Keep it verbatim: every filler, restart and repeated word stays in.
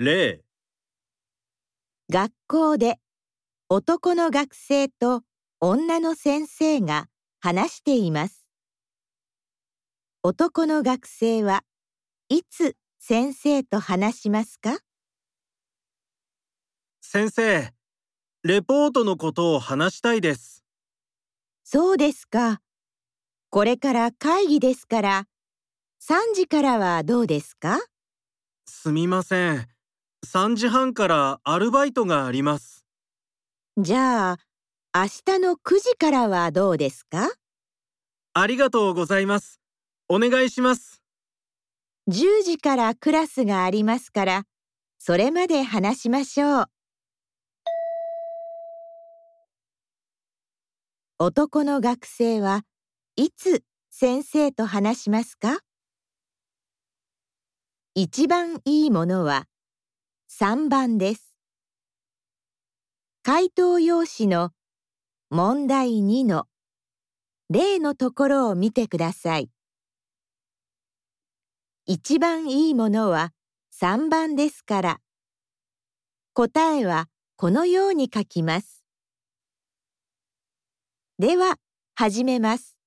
例、 学校で男の学生と女の先生が話しています。男の学生はいつ先生と話しますか？ 先生、レポートのことを話したいです。 そうですか。これから会議ですから、さんじからはどうですか？ すみません。さんじはんからアルバイトがあります。 じゃあ、明日のくじからはどうですか？ ありがとうございます。お願いします。 じゅうじからクラスがありますから、それまで話しましょう。男の学生はいつ先生と話しますか？一番いいものはさんばんです。回答用紙の問題にの例のところを見てください。一番いいものはさんばんですから、答えはこのように書きます。では、始めます。